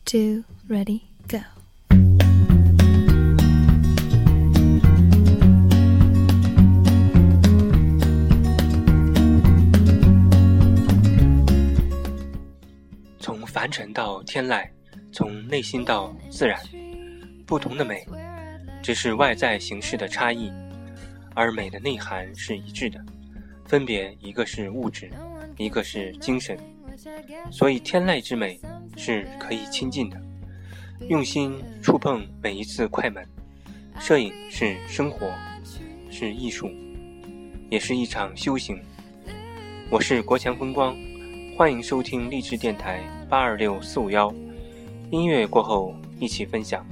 2, ready, go. 从凡尘到天籁，从内心到自然，不同的美只是外在形式的差异，而美的内涵是一致的，分别一个是物质，一个是精神。所以天籁之美是可以亲近的，用心触碰每一次快门。摄影是生活，是艺术，也是一场修行。我是国强风光，欢迎收听励志电台826451，音乐过后一起分享。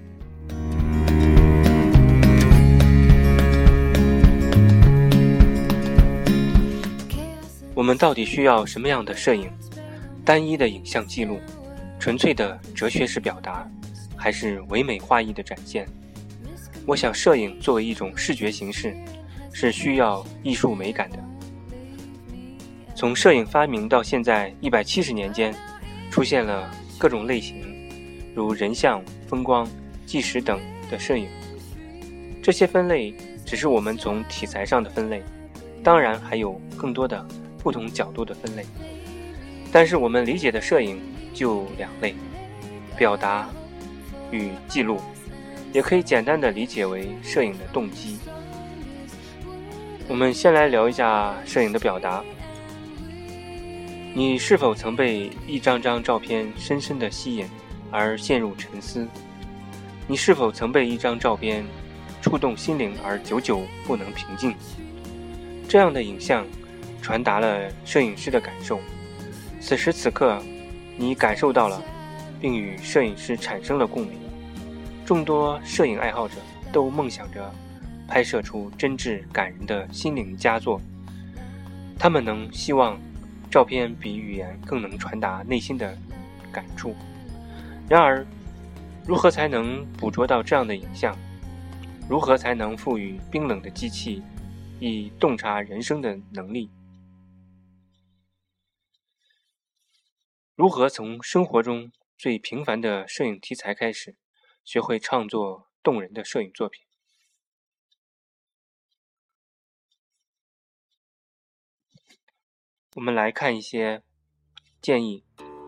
我们到底需要什么样的摄影？单一的影像记录，纯粹的哲学式表达，还是唯美画意的展现？我想摄影作为一种视觉形式，是需要艺术美感的。从摄影发明到现在170年间，出现了各种类型，如人像、风光、纪实等的摄影。这些分类只是我们从题材上的分类，当然还有更多的不同角度的分类。但是我们理解的摄影就两类，表达与记录，也可以简单的理解为摄影的动机。我们先来聊一下摄影的表达。你是否曾被一张张照片深深的吸引而陷入沉思？你是否曾被一张照片触动心灵而久久不能平静？这样的影像传达了摄影师的感受，此时此刻你感受到了，并与摄影师产生了共鸣。众多摄影爱好者都梦想着拍摄出真挚感人的心灵佳作，他们能希望照片比语言更能传达内心的感触。然而，如何才能捕捉到这样的影像？如何才能赋予冰冷的机器以洞察人生的能力？如何从生活中最平凡的摄影题材开始，学会创作动人的摄影作品？我们来看一些建议，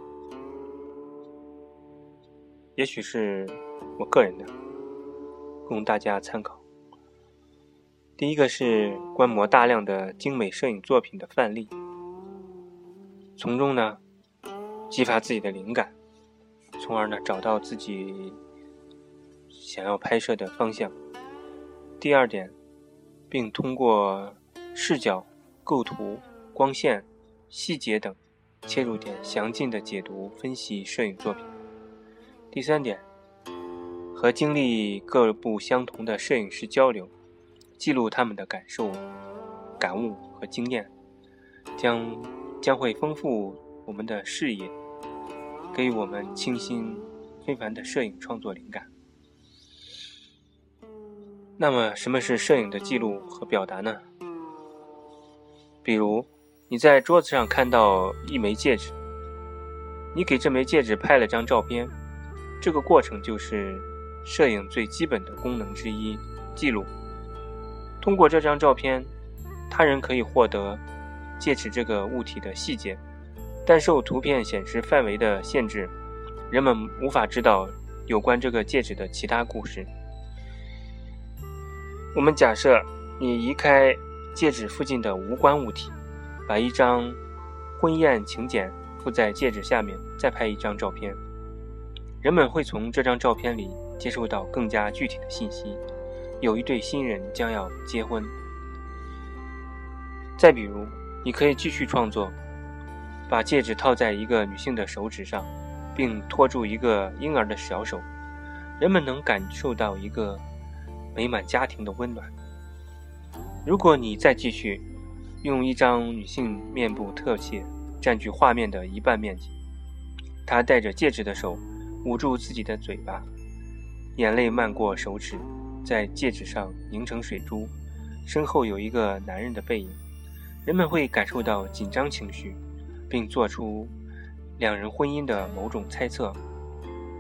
也许是我个人的，供大家参考。第一个是观摩大量的精美摄影作品的范例，从中呢激发自己的灵感，从而呢找到自己想要拍摄的方向。第二点，并通过视角、构图、光线、细节等切入点详尽的解读分析摄影作品。第三点，和经历各不相同的摄影师交流，记录他们的感受、感悟和经验，将会丰富我们的视野，给予我们清新非凡的摄影创作灵感。那么什么是摄影的记录和表达呢？比如你在桌子上看到一枚戒指，你给这枚戒指拍了张照片，这个过程就是摄影最基本的功能之一，记录。通过这张照片，他人可以获得戒指这个物体的细节，但受图片显示范围的限制，人们无法知道有关这个戒指的其他故事。我们假设你移开戒指附近的无关物体，把一张婚宴请柬附在戒指下面，再拍一张照片，人们会从这张照片里接受到更加具体的信息，有一对新人将要结婚。再比如，你可以继续创作，把戒指套在一个女性的手指上，并托住一个婴儿的小手，人们能感受到一个美满家庭的温暖。如果你再继续用一张女性面部特写占据画面的一半面积，她戴着戒指的手捂住自己的嘴巴，眼泪漫过手指，在戒指上凝成水珠，身后有一个男人的背影，人们会感受到紧张情绪，并做出两人婚姻的某种猜测。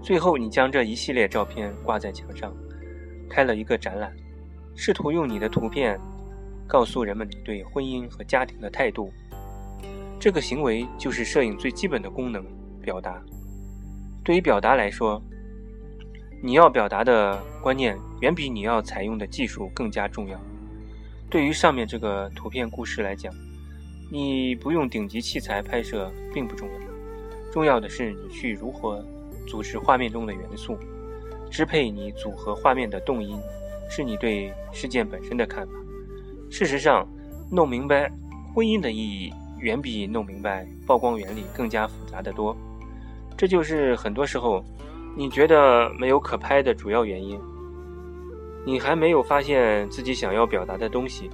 最后你将这一系列照片挂在墙上，开了一个展览，试图用你的图片告诉人们你对婚姻和家庭的态度。这个行为就是摄影最基本的功能，表达。对于表达来说，你要表达的观念远比你要采用的技术更加重要。对于上面这个图片故事来讲，你不用顶级器材拍摄并不重要，重要的是你去如何组织画面中的元素，支配你组合画面的动因，是你对事件本身的看法。事实上，弄明白婚姻的意义远比弄明白曝光原理更加复杂得多。这就是很多时候你觉得没有可拍的主要原因。你还没有发现自己想要表达的东西，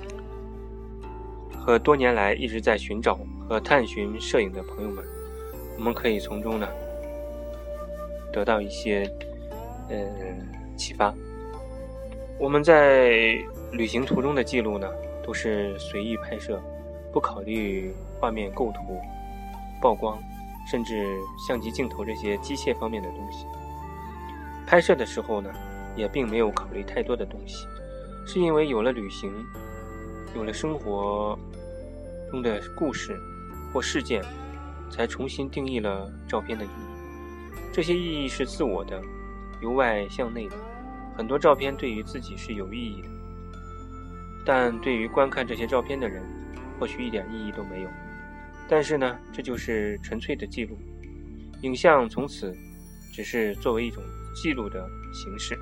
和多年来一直在寻找和探寻摄影的朋友们，我们可以从中呢得到一些启发。我们在旅行途中的记录呢，都是随意拍摄，不考虑画面构图、曝光，甚至相机镜头这些机械方面的东西。拍摄的时候呢，也并没有考虑太多的东西，是因为有了旅行，有了生活中的故事或事件，才重新定义了照片的意义。这些意义是自我的，由外向内的。很多照片对于自己是有意义的，但对于观看这些照片的人，或许一点意义都没有。但是呢，这就是纯粹的记录。影像从此只是作为一种记录的形式。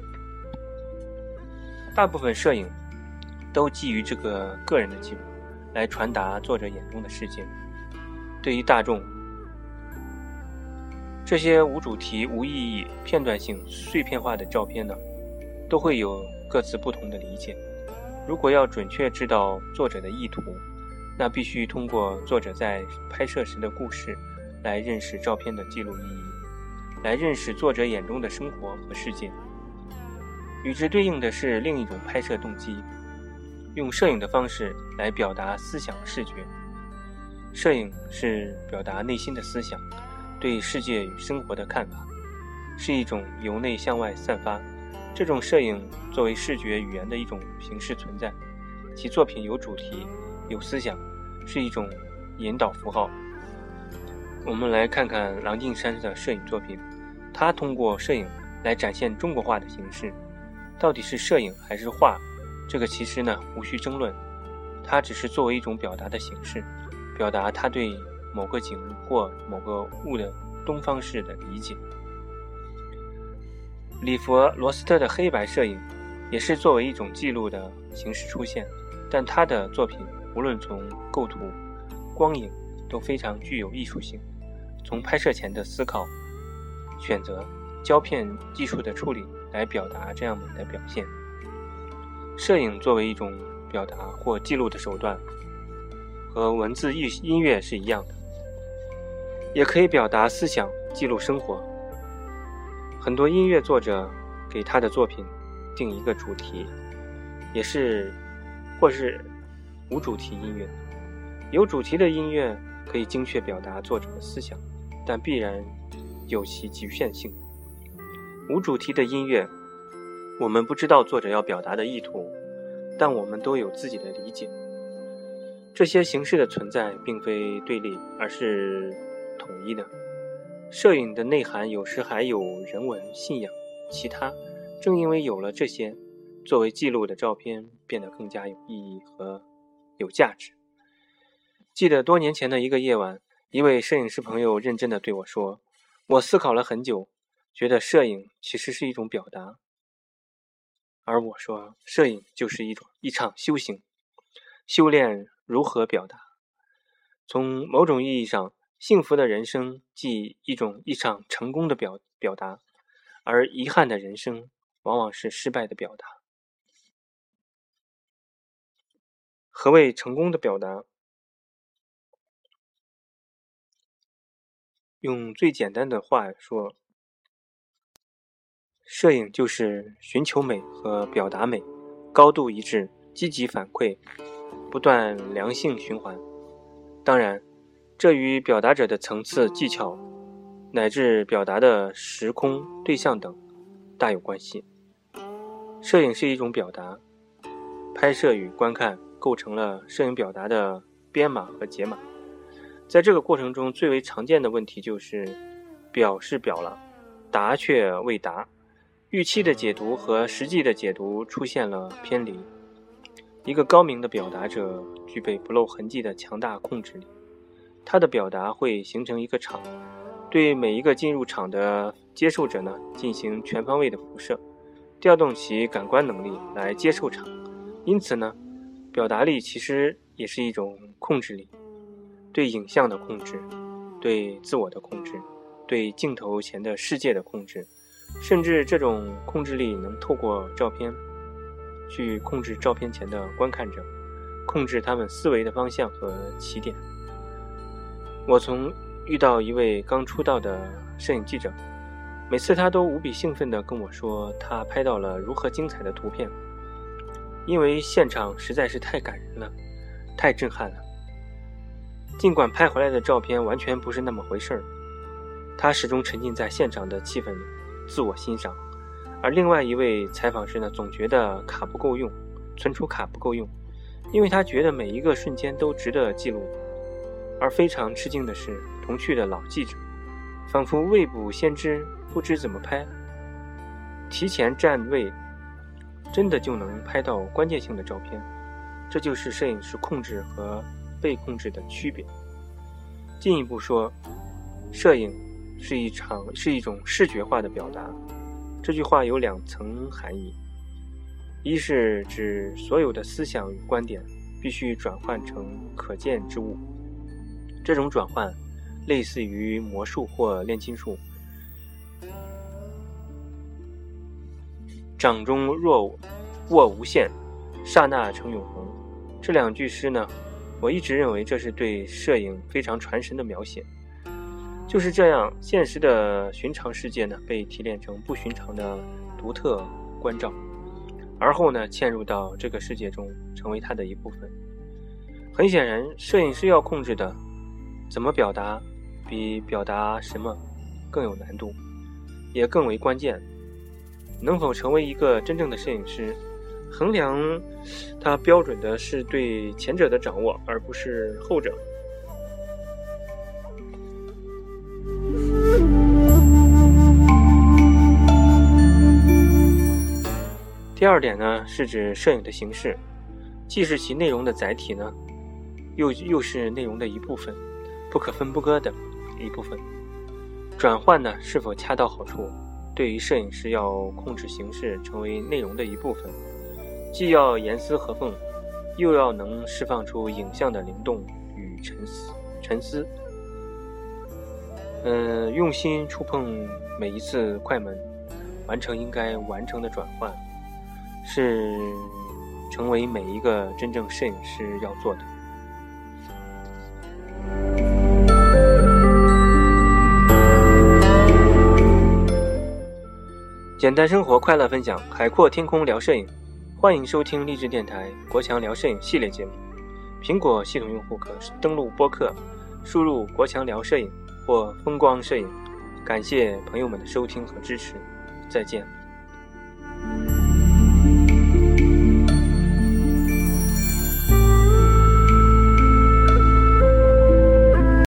大部分摄影都基于这个个人的记录，来传达作者眼中的世界。对于大众，这些无主题、无意义、片段性、碎片化的照片呢，都会有各自不同的理解。如果要准确知道作者的意图，那必须通过作者在拍摄时的故事来认识照片的记录意义，来认识作者眼中的生活和世界。与之对应的是另一种拍摄动机，用摄影的方式来表达思想视觉。摄影是表达内心的思想，对世界与生活的看法，是一种由内向外散发。这种摄影作为视觉语言的一种形式存在，其作品有主题、有思想，是一种引导符号。我们来看看郎静山的摄影作品，他通过摄影来展现中国画的形式。到底是摄影还是画，这个其实呢无需争论，它只是作为一种表达的形式，表达他对某个景或某个物的东方式的理解。里弗罗斯特的黑白摄影也是作为一种记录的形式出现，但他的作品无论从构图、光影都非常具有艺术性。从拍摄前的思考、选择、胶片技术的处理来表达这样美的表现。摄影作为一种表达或记录的手段，和文字、音乐是一样的，也可以表达思想、记录生活。很多音乐作者给他的作品定一个主题，也是或是无主题音乐。有主题的音乐可以精确表达作者的思想，但必然有其局限性。无主题的音乐，我们不知道作者要表达的意图，但我们都有自己的理解。这些形式的存在并非对立，而是统一的。摄影的内涵有时还有人文、信仰、其他。正因为有了这些，作为记录的照片变得更加有意义和有价值。记得多年前的一个夜晚，一位摄影师朋友认真地对我说，我思考了很久，觉得摄影其实是一种表达。而我说，摄影就是一场修行，修炼如何表达。从某种意义上，幸福的人生即一场成功的表达，而遗憾的人生往往是失败的表达。何谓成功的表达？用最简单的话说，摄影就是寻求美和表达美，高度一致，积极反馈，不断良性循环。当然，这与表达者的层次技巧乃至表达的时空、对象等大有关系。摄影是一种表达，拍摄与观看构成了摄影表达的编码和解码。在这个过程中，最为常见的问题就是表是表了，达却未达，预期的解读和实际的解读出现了偏离。一个高明的表达者具备不露痕迹的强大控制力，他的表达会形成一个场，对每一个进入场的接受者呢进行全方位的辐射，调动其感官能力来接受场。因此呢，表达力其实也是一种控制力，对影像的控制，对自我的控制，对镜头前的世界的控制，甚至这种控制力能透过照片去控制照片前的观看者，控制他们思维的方向和起点。我曾遇到一位刚出道的摄影记者，每次他都无比兴奋地跟我说他拍到了如何精彩的图片，因为现场实在是太感人了，太震撼了。尽管拍回来的照片完全不是那么回事儿，他始终沉浸在现场的气氛里，自我欣赏。而另外一位采访师呢，总觉得卡不够用，存储卡不够用，因为他觉得每一个瞬间都值得记录。而非常吃惊的是，童趣的老记者仿佛未卜先知，不知怎么拍，提前站位，真的就能拍到关键性的照片。这就是摄影师控制和被控制的区别。进一步说，摄影是一种视觉化的表达。这句话有两层含义，一是指所有的思想与观点必须转换成可见之物，这种转换类似于魔术或炼金术。掌中若握无限，刹那成永恒。这两句诗呢，我一直认为这是对摄影非常传神的描写。就是这样，现实的寻常世界呢，被提炼成不寻常的独特关照，而后呢，嵌入到这个世界中，成为它的一部分。很显然，摄影师要控制的，怎么表达，比表达什么更有难度，也更为关键。能否成为一个真正的摄影师，衡量它标准的是对前者的掌握，而不是后者。第二点呢，是指摄影的形式，既是其内容的载体呢，又是内容的一部分，不可分割的一部分。转换呢，是否恰到好处，对于摄影师要控制形式成为内容的一部分，既要严丝合缝，又要能释放出影像的灵动与沉思。用心触碰每一次快门，完成应该完成的转换，是成为每一个真正摄影师要做的。简单生活，快乐分享，海阔天空聊摄影。欢迎收听励志电台国强聊摄影系列节目。苹果系统用户可登录播客，输入国强聊摄影或风光摄影。感谢朋友们的收听和支持，再见。